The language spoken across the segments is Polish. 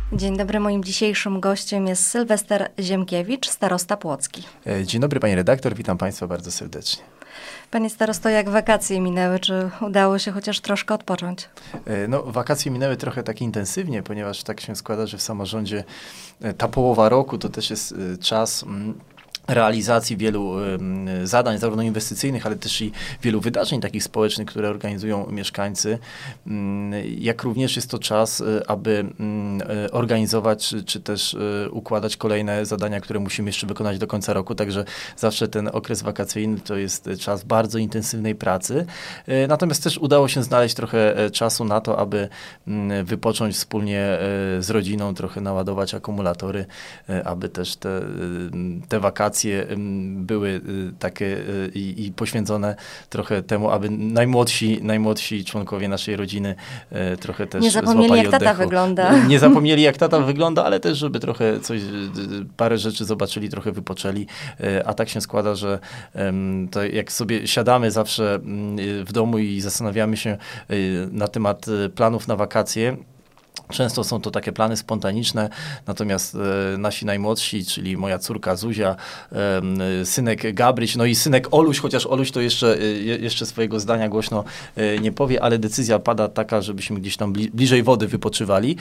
Dzień dobry, moim dzisiejszym gościem jest Sylwester Ziemkiewicz, starosta płocki. Dzień dobry pani redaktor, witam państwa bardzo serdecznie. Panie starosto, jak wakacje minęły? Czy udało się chociaż troszkę odpocząć? No, wakacje minęły trochę tak intensywnie, ponieważ tak się składa, że w samorządzie ta połowa roku to też jest czas realizacji wielu zadań, zarówno inwestycyjnych, ale też i wielu wydarzeń takich społecznych, które organizują mieszkańcy. Jak również jest to czas, aby organizować, czy też układać kolejne zadania, które musimy jeszcze wykonać do końca roku. Także zawsze ten okres wakacyjny to jest czas bardzo intensywnej pracy. Natomiast też udało się znaleźć trochę czasu na to, aby wypocząć wspólnie z rodziną, trochę naładować akumulatory, aby też te wakacje były takie i poświęcone trochę temu, aby najmłodsi członkowie naszej rodziny trochę też nie zapomnieli, jak oddechu. tata wygląda. Nie zapomnieli, jak tata wygląda, ale też, żeby trochę parę rzeczy zobaczyli, trochę wypoczęli. A tak się składa, że to jak sobie siadamy zawsze w domu i zastanawiamy się na temat planów na wakacje, często są to takie plany spontaniczne, natomiast nasi najmłodsi, czyli moja córka Zuzia, synek Gabryś, no i synek Oluś, chociaż Oluś to jeszcze swojego zdania głośno nie powie, ale decyzja pada taka, żebyśmy gdzieś tam bliżej wody wypoczywali.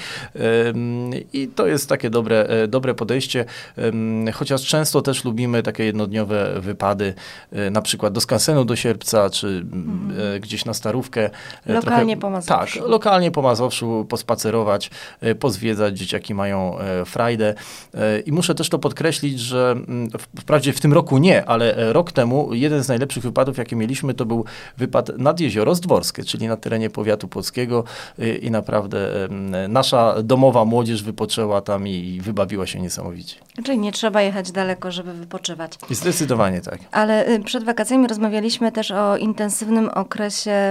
I to jest takie dobre podejście, chociaż często też lubimy takie jednodniowe wypady, na przykład do skansenu do Sierpca, czy gdzieś na Starówkę. Lokalnie po Mazowszu. Tak, lokalnie po Mazowszu pospacerować, pozwiedzać, dzieciaki mają frajdę. I muszę też to podkreślić, że wprawdzie w tym roku nie, ale rok temu jeden z najlepszych wypadów, jakie mieliśmy, to był wypad nad jezioro Zdworskie, czyli na terenie powiatu płockiego i naprawdę nasza domowa młodzież wypoczęła tam i wybawiła się niesamowicie. Czyli nie trzeba jechać daleko, żeby wypoczywać. Zdecydowanie tak. Ale przed wakacjami rozmawialiśmy też o intensywnym okresie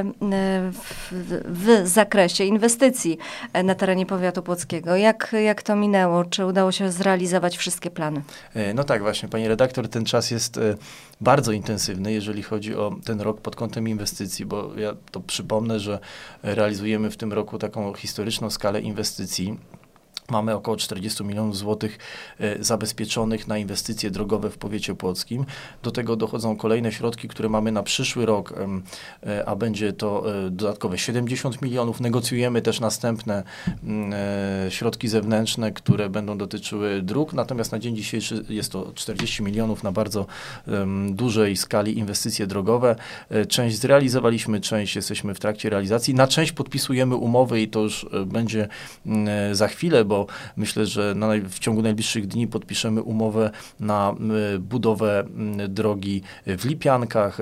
w zakresie inwestycji na terenie powiatu płockiego. Jak to minęło? Czy udało się zrealizować wszystkie plany? No tak, właśnie, pani redaktor, ten czas jest bardzo intensywny, jeżeli chodzi o ten rok pod kątem inwestycji, bo ja to przypomnę, że realizujemy w tym roku taką historyczną skalę inwestycji. Mamy około 40 milionów złotych zabezpieczonych na inwestycje drogowe w powiecie płockim. Do tego dochodzą kolejne środki, które mamy na przyszły rok, a będzie to dodatkowe 70 milionów. Negocjujemy też następne środki zewnętrzne, które będą dotyczyły dróg. Natomiast na dzień dzisiejszy jest to 40 milionów na bardzo dużej skali inwestycje drogowe. Część zrealizowaliśmy, część jesteśmy w trakcie realizacji. Na część podpisujemy umowy i to już będzie za chwilę, bo myślę, że w ciągu najbliższych dni podpiszemy umowę na budowę drogi w Lipiankach,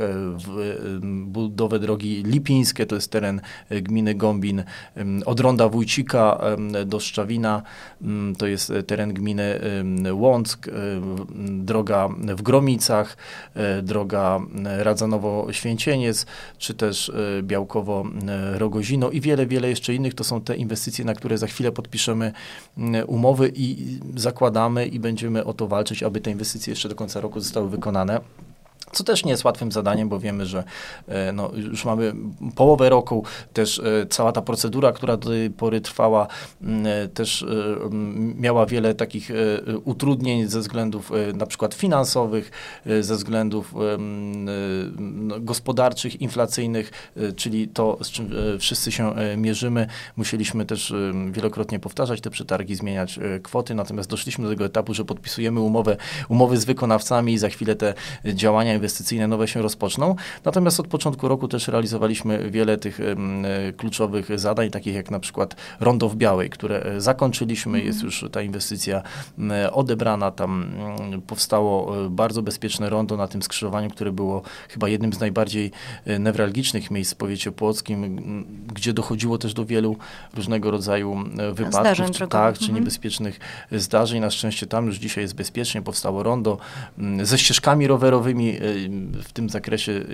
budowę drogi lipińskie, to jest teren gminy Gombin, od ronda Wójcika do Szczawina, to jest teren gminy Łąck, droga w Gromicach, droga Radzanowo-Święcieniec, czy też Białkowo-Rogozino i wiele jeszcze innych. To są te inwestycje, na które za chwilę podpiszemy umowy i zakładamy i będziemy o to walczyć, aby te inwestycje jeszcze do końca roku zostały wykonane. Co też nie jest łatwym zadaniem, bo wiemy, że już mamy połowę roku, też cała ta procedura, która do tej pory trwała, też miała wiele takich utrudnień ze względów na przykład finansowych, ze względów gospodarczych, inflacyjnych, czyli to, z czym wszyscy się mierzymy. Musieliśmy też wielokrotnie powtarzać te przetargi, zmieniać kwoty, natomiast doszliśmy do tego etapu, że podpisujemy umowy z wykonawcami i za chwilę te działania inwestycyjne nowe się rozpoczną. Natomiast od początku roku też realizowaliśmy wiele tych kluczowych zadań, takich jak na przykład rondo w Białej, które zakończyliśmy. Jest już ta inwestycja odebrana. Tam powstało bardzo bezpieczne rondo na tym skrzyżowaniu, które było chyba jednym z najbardziej newralgicznych miejsc w powiecie płockim, gdzie dochodziło też do wielu różnego rodzaju wypadków, czy niebezpiecznych zdarzeń. Na szczęście tam już dzisiaj jest bezpiecznie. Powstało rondo ze ścieżkami rowerowymi w tym zakresie,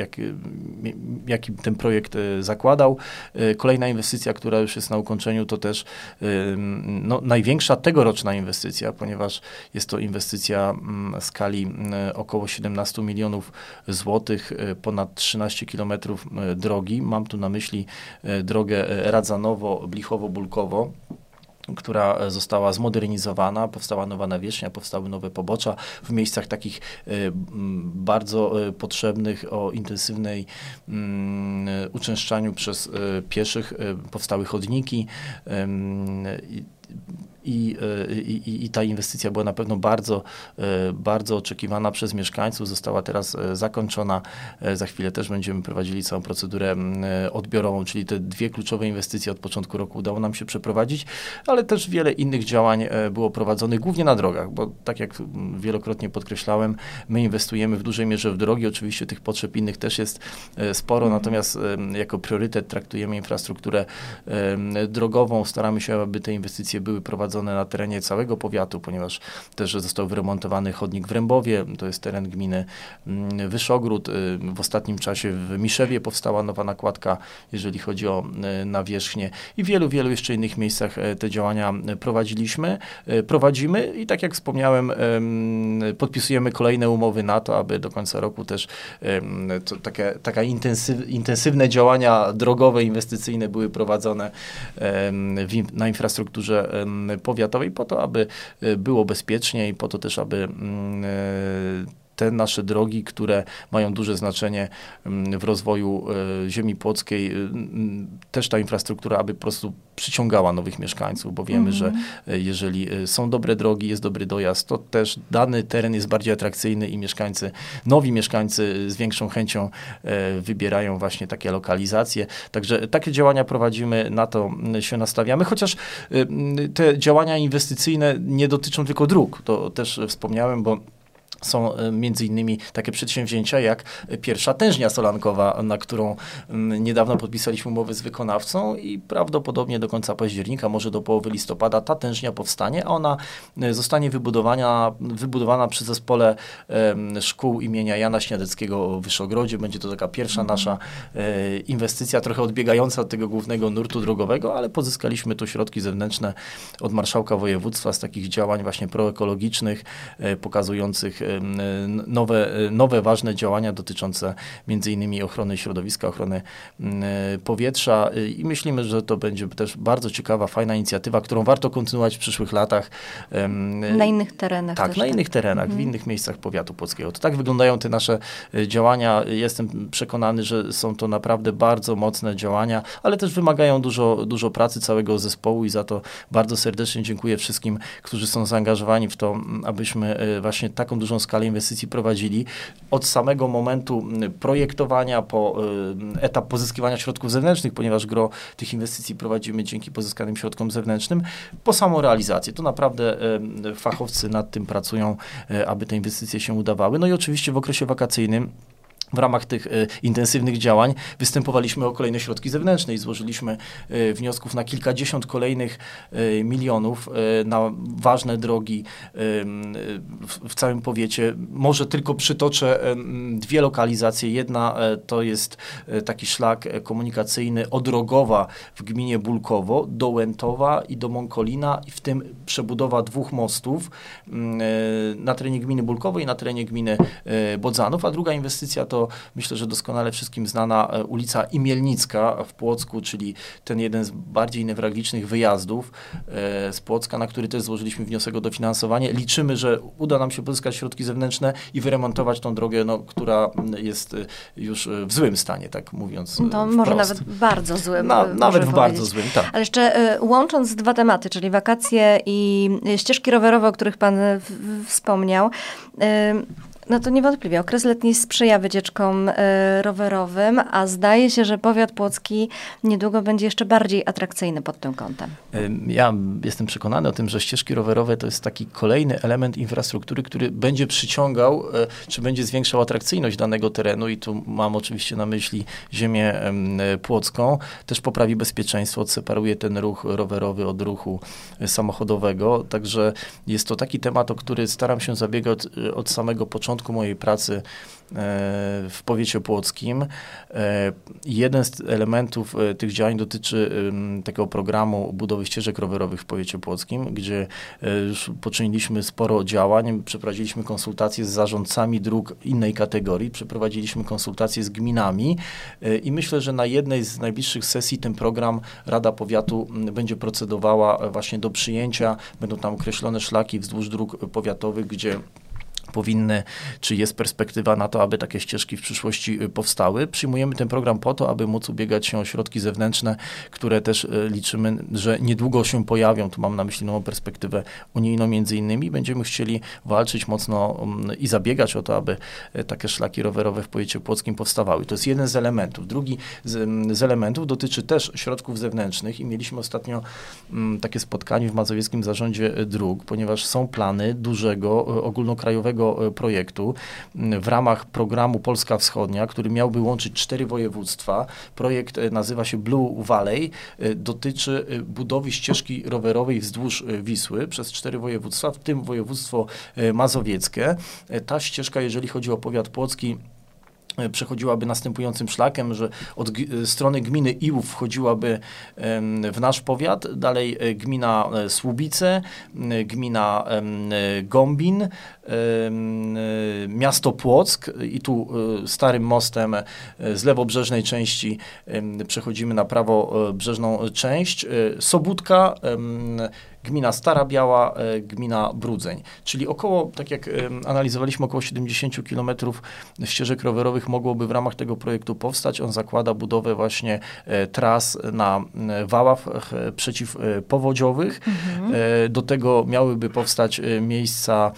jaki ten projekt zakładał. Kolejna inwestycja, która już jest na ukończeniu, to też największa tegoroczna inwestycja, ponieważ jest to inwestycja skali około 17 milionów złotych, ponad 13 kilometrów drogi. Mam tu na myśli drogę Radzanowo-Blichowo-Bulkowo. która została zmodernizowana, powstała nowa nawierzchnia, powstały nowe pobocza w miejscach takich bardzo potrzebnych o intensywnej uczęszczaniu przez pieszych, powstały chodniki i ta inwestycja była na pewno bardzo oczekiwana przez mieszkańców, została teraz zakończona. Za chwilę też będziemy prowadzili całą procedurę odbiorową, czyli te dwie kluczowe inwestycje od początku roku udało nam się przeprowadzić, ale też wiele innych działań było prowadzonych, głównie na drogach, bo tak jak wielokrotnie podkreślałem, my inwestujemy w dużej mierze w drogi, oczywiście tych potrzeb innych też jest sporo, natomiast jako priorytet traktujemy infrastrukturę drogową, staramy się, aby te inwestycje były prowadzone na terenie całego powiatu, ponieważ też został wyremontowany chodnik w Rębowie, to jest teren gminy Wyszogród. W ostatnim czasie w Miszewie powstała nowa nakładka, jeżeli chodzi o nawierzchnię i w wielu jeszcze innych miejscach te działania prowadzimy i tak jak wspomniałem, podpisujemy kolejne umowy na to, aby do końca roku też takie intensywne działania drogowe, inwestycyjne były prowadzone na infrastrukturze powiatowej po to, aby było bezpiecznie i po to też, aby te nasze drogi, które mają duże znaczenie w rozwoju ziemi płockiej, też ta infrastruktura, aby po prostu przyciągała nowych mieszkańców, bo wiemy, że jeżeli są dobre drogi, jest dobry dojazd, to też dany teren jest bardziej atrakcyjny i nowi mieszkańcy z większą chęcią wybierają właśnie takie lokalizacje. Także takie działania prowadzimy, na to się nastawiamy, chociaż te działania inwestycyjne nie dotyczą tylko dróg, to też wspomniałem, bo są między innymi takie przedsięwzięcia jak pierwsza tężnia solankowa, na którą niedawno podpisaliśmy umowę z wykonawcą i prawdopodobnie do końca października, może do połowy listopada ta tężnia powstanie, a ona zostanie wybudowana przy zespole szkół imienia Jana Śniadeckiego w Wyszogrodzie. Będzie to taka pierwsza nasza inwestycja, trochę odbiegająca od tego głównego nurtu drogowego, ale pozyskaliśmy tu środki zewnętrzne od marszałka województwa z takich działań właśnie proekologicznych, pokazujących nowe ważne działania dotyczące między innymi ochrony środowiska, ochrony powietrza i myślimy, że to będzie też bardzo ciekawa, fajna inicjatywa, którą warto kontynuować w przyszłych latach. Na innych terenach. Tak, na innych terenach, w innych miejscach powiatu płockiego. To tak wyglądają te nasze działania. Jestem przekonany, że są to naprawdę bardzo mocne działania, ale też wymagają dużo pracy całego zespołu i za to bardzo serdecznie dziękuję wszystkim, którzy są zaangażowani w to, abyśmy właśnie taką dużą skalę inwestycji prowadzili. Od samego momentu projektowania po etap pozyskiwania środków zewnętrznych, ponieważ gro tych inwestycji prowadzimy dzięki pozyskanym środkom zewnętrznym, po samą realizację. To naprawdę fachowcy nad tym pracują, aby te inwestycje się udawały. No i oczywiście w okresie wakacyjnym w ramach tych intensywnych działań występowaliśmy o kolejne środki zewnętrzne i złożyliśmy wniosków na kilkadziesiąt kolejnych milionów na ważne drogi w całym powiecie. Może tylko przytoczę dwie lokalizacje. Jedna to jest taki szlak komunikacyjny od Rogowa w gminie Bulkowo do Łętowa i do Mąkolina i w tym przebudowa dwóch mostów na terenie gminy Bulkowo i na terenie gminy Bodzanów, a druga inwestycja to myślę, że doskonale wszystkim znana ulica Imielnicka w Płocku, czyli ten jeden z bardziej newralgicznych wyjazdów z Płocka, na który też złożyliśmy wniosek o dofinansowanie. Liczymy, że uda nam się pozyskać środki zewnętrzne i wyremontować tą drogę, która jest już w złym stanie, tak mówiąc To może nawet bardzo złym. Nawet w bardzo złym, tak. Ale jeszcze łącząc dwa tematy, czyli wakacje i ścieżki rowerowe, o których pan wspomniał, no to niewątpliwie okres letni sprzyja wycieczkom rowerowym, a zdaje się, że powiat płocki niedługo będzie jeszcze bardziej atrakcyjny pod tym kątem. Ja jestem przekonany o tym, że ścieżki rowerowe to jest taki kolejny element infrastruktury, który będzie przyciągał, czy będzie zwiększał atrakcyjność danego terenu i tu mam oczywiście na myśli ziemię płocką. Też poprawi bezpieczeństwo, odseparuje ten ruch rowerowy od ruchu samochodowego. Także jest to taki temat, o który staram się zabiegać od samego początku. początku mojej pracy w powiecie płockim. Jeden z elementów tych działań dotyczy takiego programu budowy ścieżek rowerowych w powiecie płockim, gdzie już poczyniliśmy sporo działań, przeprowadziliśmy konsultacje z zarządcami dróg innej kategorii, przeprowadziliśmy konsultacje z gminami i myślę, że na jednej z najbliższych sesji ten program Rada Powiatu będzie procedowała właśnie do przyjęcia. Będą tam określone szlaki wzdłuż dróg powiatowych, gdzie powinny, czy jest perspektywa na to, aby takie ścieżki w przyszłości powstały. Przyjmujemy ten program po to, aby móc ubiegać się o środki zewnętrzne, które też liczymy, że niedługo się pojawią. Tu mam na myśli nową perspektywę unijną między innymi. Będziemy chcieli walczyć mocno i zabiegać o to, aby takie szlaki rowerowe w powiecie płockim powstawały. To jest jeden z elementów. Drugi z elementów dotyczy też środków zewnętrznych i mieliśmy ostatnio takie spotkanie w Mazowieckim Zarządzie Dróg, ponieważ są plany dużego, ogólnokrajowego projektu w ramach programu Polska Wschodnia, który miałby łączyć 4 województwa. Projekt nazywa się Blue Valley. Dotyczy budowy ścieżki rowerowej wzdłuż Wisły przez 4 województwa, w tym województwo mazowieckie. Ta ścieżka, jeżeli chodzi o powiat płocki, przechodziłaby następującym szlakiem, że od strony gminy Iłów wchodziłaby w nasz powiat, dalej gmina Słubice, gmina Gombin, miasto Płock i tu starym mostem z lewobrzeżnej części przechodzimy na prawobrzeżną część, Sobótka, gmina Stara Biała, gmina Brudzeń. Czyli około, tak jak analizowaliśmy, około 70 km ścieżek rowerowych mogłoby w ramach tego projektu powstać. On zakłada budowę właśnie tras na wałach przeciwpowodziowych. Do tego miałyby powstać miejsca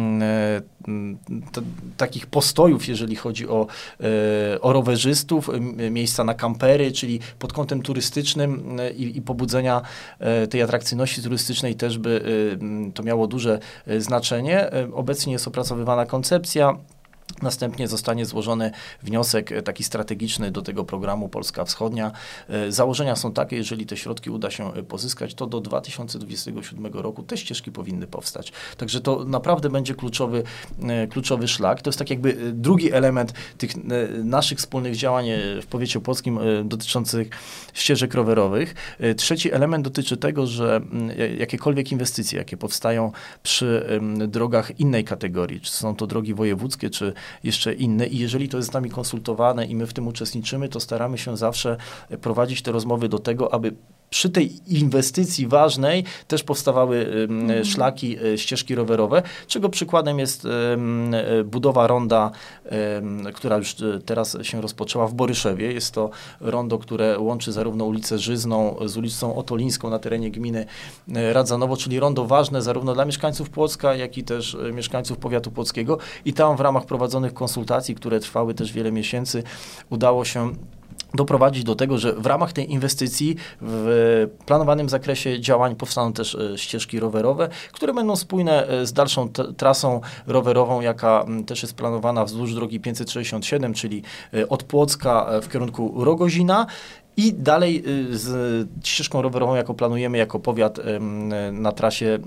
takich postojów, jeżeli chodzi o rowerzystów, miejsca na kampery, czyli pod kątem turystycznym i pobudzenia tej atrakcyjności turystycznej też by to miało duże znaczenie. Obecnie jest opracowywana koncepcja. Następnie zostanie złożony wniosek taki strategiczny do tego programu Polska Wschodnia. Założenia są takie, jeżeli te środki uda się pozyskać, to do 2027 roku te ścieżki powinny powstać. Także to naprawdę będzie kluczowy szlak. To jest tak jakby drugi element tych naszych wspólnych działań w powiecie płockim dotyczących ścieżek rowerowych. Trzeci element dotyczy tego, że jakiekolwiek inwestycje, jakie powstają przy drogach innej kategorii, czy są to drogi wojewódzkie, czy jeszcze inne i jeżeli to jest z nami konsultowane i my w tym uczestniczymy, to staramy się zawsze prowadzić te rozmowy do tego, aby przy tej inwestycji ważnej też powstawały szlaki, ścieżki rowerowe, czego przykładem jest budowa ronda, która już teraz się rozpoczęła w Boryszewie. Jest to rondo, które łączy zarówno ulicę Żyzną z ulicą Otolińską na terenie gminy Radzanowo, czyli rondo ważne zarówno dla mieszkańców Płocka, jak i też mieszkańców powiatu płockiego. I tam w ramach prowadzonych konsultacji, które trwały też wiele miesięcy, udało się doprowadzić do tego, że w ramach tej inwestycji w planowanym zakresie działań powstaną też ścieżki rowerowe, które będą spójne z dalszą trasą rowerową, jaka też jest planowana wzdłuż drogi 567, czyli od Płocka w kierunku Rogozina. I dalej z ścieżką rowerową, jaką planujemy jako powiat na trasie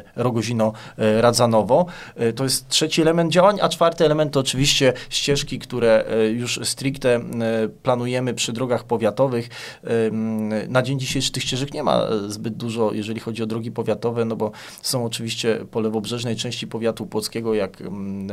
Rogozino-Radzanowo. To jest trzeci element działań, a czwarty element to oczywiście ścieżki, które już stricte planujemy przy drogach powiatowych. Na dzień dzisiejszy tych ścieżek nie ma zbyt dużo, jeżeli chodzi o drogi powiatowe, no bo są oczywiście po lewobrzeżnej części powiatu płockiego, jak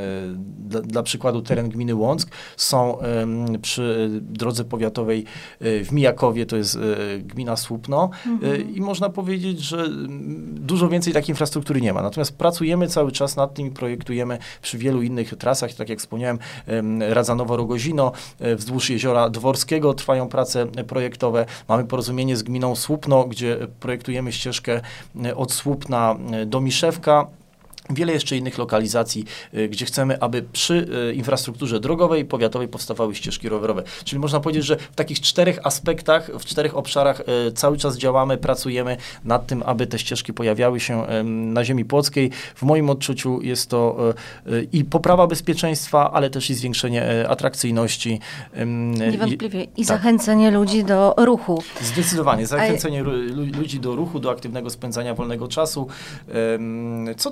dla przykładu teren gminy Łąck, są przy drodze powiatowej w Mijakowie, to jest gmina Słupno i można powiedzieć, że dużo więcej takiej infrastruktury nie ma. Natomiast pracujemy cały czas nad tym i projektujemy przy wielu innych trasach, tak jak wspomniałem, Radzanowo-Rogozino, wzdłuż Jeziora Dworskiego trwają prace projektowe. Mamy porozumienie z gminą Słupno, gdzie projektujemy ścieżkę od Słupna do Miszewka. Wiele jeszcze innych lokalizacji, gdzie chcemy, aby przy infrastrukturze drogowej, powiatowej powstawały ścieżki rowerowe. Czyli można powiedzieć, że w takich 4 aspektach, w 4 obszarach cały czas działamy, pracujemy nad tym, aby te ścieżki pojawiały się na ziemi płockiej. W moim odczuciu jest to i poprawa bezpieczeństwa, ale też i zwiększenie atrakcyjności. Niewątpliwie. I zachęcenie ludzi do ruchu. Zdecydowanie. Zachęcenie ludzi do ruchu, do aktywnego spędzania wolnego czasu. Co też obserwujemy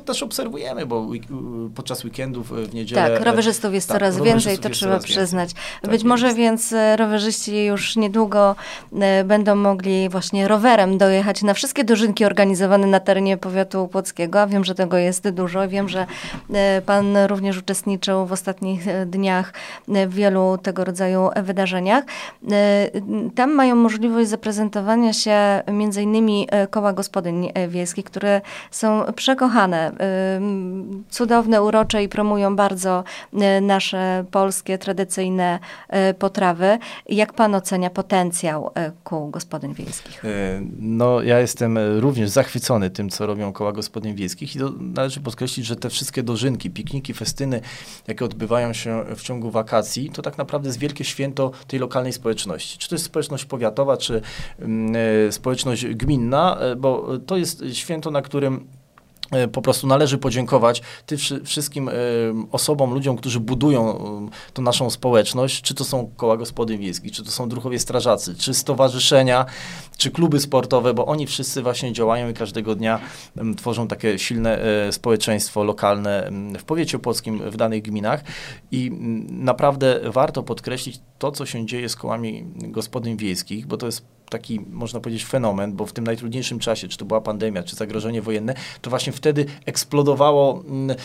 obserwujemy, bo podczas weekendów w niedzielę... Tak, rowerzystów jest coraz więcej, to trzeba przyznać. Być może więc rowerzyści już niedługo będą mogli właśnie rowerem dojechać na wszystkie dożynki organizowane na terenie powiatu płockiego, a wiem, że tego jest dużo. Wiem, że pan również uczestniczył w ostatnich dniach w wielu tego rodzaju wydarzeniach. Tam mają możliwość zaprezentowania się między innymi koła gospodyń wiejskich, które są przekochane, cudowne, urocze i promują bardzo nasze polskie, tradycyjne potrawy. Jak pan ocenia potencjał kół gospodyń wiejskich? No, ja jestem również zachwycony tym, co robią koła gospodyń wiejskich i należy podkreślić, że te wszystkie dożynki, pikniki, festyny, jakie odbywają się w ciągu wakacji, to tak naprawdę jest wielkie święto tej lokalnej społeczności. Czy to jest społeczność powiatowa, czy społeczność gminna, bo to jest święto, na którym po prostu należy podziękować tym wszystkim osobom, ludziom, którzy budują tą naszą społeczność, czy to są koła gospodyń wiejskich, czy to są druhowie strażacy, czy stowarzyszenia, czy kluby sportowe, bo oni wszyscy właśnie działają i każdego dnia tworzą takie silne społeczeństwo lokalne w powiecie płockim, w danych gminach i naprawdę warto podkreślić to, co się dzieje z kołami gospodyń wiejskich, bo to jest taki, można powiedzieć, fenomen, bo w tym najtrudniejszym czasie, czy to była pandemia, czy zagrożenie wojenne, to właśnie wtedy eksplodowało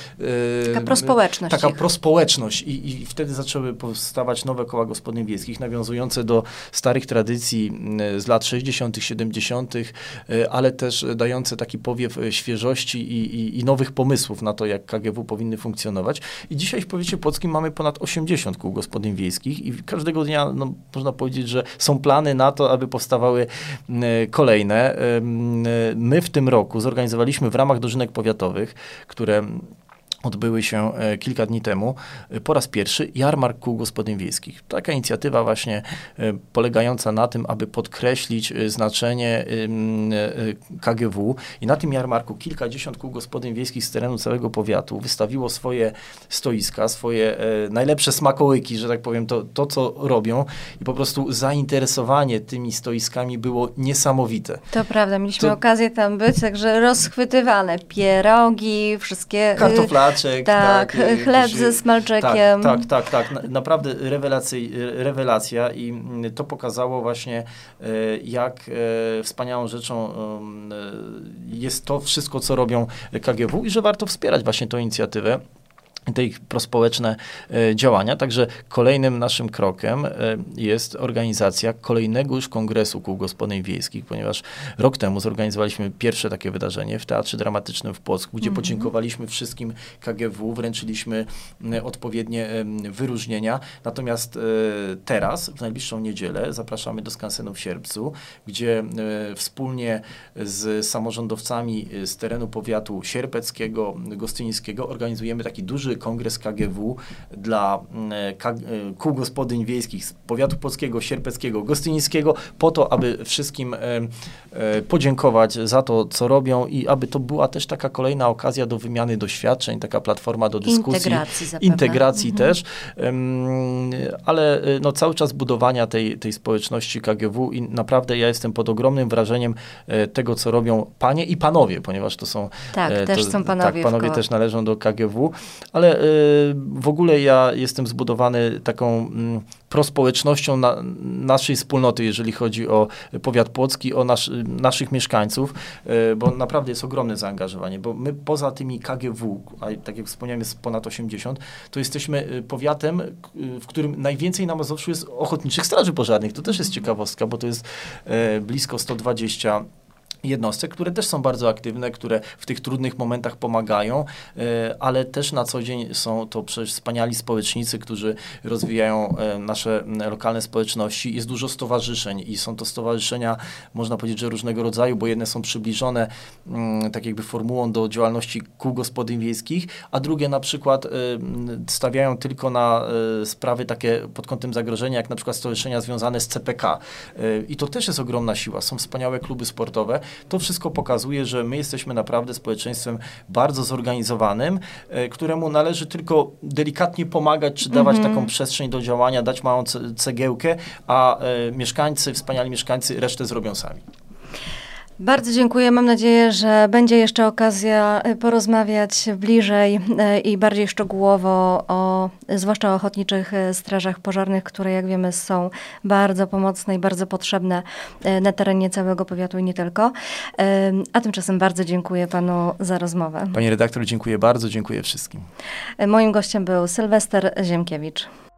taka prospołeczność i wtedy zaczęły powstawać nowe koła gospodyń wiejskich, nawiązujące do starych tradycji z lat 60., 70., ale też dające taki powiew świeżości i nowych pomysłów na to, jak KGW powinny funkcjonować. I dzisiaj w powiecie płockim mamy ponad 80 kół gospodyń wiejskich i każdego dnia, no, można powiedzieć, że są plany na to, aby powstawały kolejne. My w tym roku zorganizowaliśmy w ramach dożynek powiatowych, które odbyły się kilka dni temu, po raz pierwszy jarmark kół gospodyń wiejskich. Taka inicjatywa właśnie polegająca na tym, aby podkreślić znaczenie KGW i na tym jarmarku kilkadziesiąt kół gospodyń wiejskich z terenu całego powiatu wystawiło swoje stoiska, swoje najlepsze smakołyki, że tak powiem, to co robią i po prostu zainteresowanie tymi stoiskami było niesamowite. To prawda, mieliśmy okazję tam być, także rozchwytywane pierogi, wszystkie... Kartoflaczek, tak, chleb ze smalczykiem. Tak. Naprawdę rewelacja i to pokazało właśnie, jak wspaniałą rzeczą jest to wszystko, co robią KGW i że warto wspierać właśnie tę inicjatywę, te ich prospołeczne działania. Także kolejnym naszym krokiem jest organizacja kolejnego już kongresu kół gospodyń wiejskich, ponieważ rok temu zorganizowaliśmy pierwsze takie wydarzenie w Teatrze Dramatycznym w Płocku, gdzie podziękowaliśmy wszystkim KGW, wręczyliśmy odpowiednie wyróżnienia. Natomiast teraz, w najbliższą niedzielę, zapraszamy do skansenu w Sierpcu, gdzie wspólnie z samorządowcami z terenu powiatu sierpeckiego, gostyńskiego organizujemy taki duży kongres KGW dla kół gospodyń wiejskich z powiatu płockiego, sierpeckiego, gostyńskiego, po to, aby wszystkim podziękować za to, co robią i aby to była też taka kolejna okazja do wymiany doświadczeń, taka platforma do dyskusji. Integracji też, ale no, cały czas budowania tej społeczności KGW i naprawdę ja jestem pod ogromnym wrażeniem tego, co robią panie i panowie, ponieważ to są... Tak, też są panowie. Tak, panowie też należą do KGW, ale w ogóle ja jestem zbudowany taką prospołecznością naszej wspólnoty, jeżeli chodzi o powiat płocki, o naszych mieszkańców, bo naprawdę jest ogromne zaangażowanie, bo my poza tymi KGW, a tak jak wspomniałem jest ponad 80, to jesteśmy powiatem, w którym najwięcej na Mazowszu jest ochotniczych straży pożarnych. To też jest ciekawostka, bo to jest blisko 120 jednostek, które też są bardzo aktywne, które w tych trudnych momentach pomagają, ale też na co dzień są to przecież wspaniali społecznicy, którzy rozwijają nasze lokalne społeczności. Jest dużo stowarzyszeń i są to stowarzyszenia, można powiedzieć, że różnego rodzaju, bo jedne są przybliżone tak jakby formułą do działalności kół gospodyń wiejskich, a drugie na przykład stawiają tylko na sprawy takie pod kątem zagrożenia, jak na przykład stowarzyszenia związane z CPK. I to też jest ogromna siła. Są wspaniałe kluby sportowe. To wszystko pokazuje, że my jesteśmy naprawdę społeczeństwem bardzo zorganizowanym, któremu należy tylko delikatnie pomagać, czy dawać taką przestrzeń do działania, dać małą cegiełkę, a mieszkańcy, wspaniali mieszkańcy resztę zrobią sami. Bardzo dziękuję. Mam nadzieję, że będzie jeszcze okazja porozmawiać bliżej i bardziej szczegółowo zwłaszcza o ochotniczych strażach pożarnych, które, jak wiemy, są bardzo pomocne i bardzo potrzebne na terenie całego powiatu i nie tylko. A tymczasem bardzo dziękuję panu za rozmowę. Pani redaktor, dziękuję bardzo, dziękuję wszystkim. Moim gościem był Sylwester Ziemkiewicz.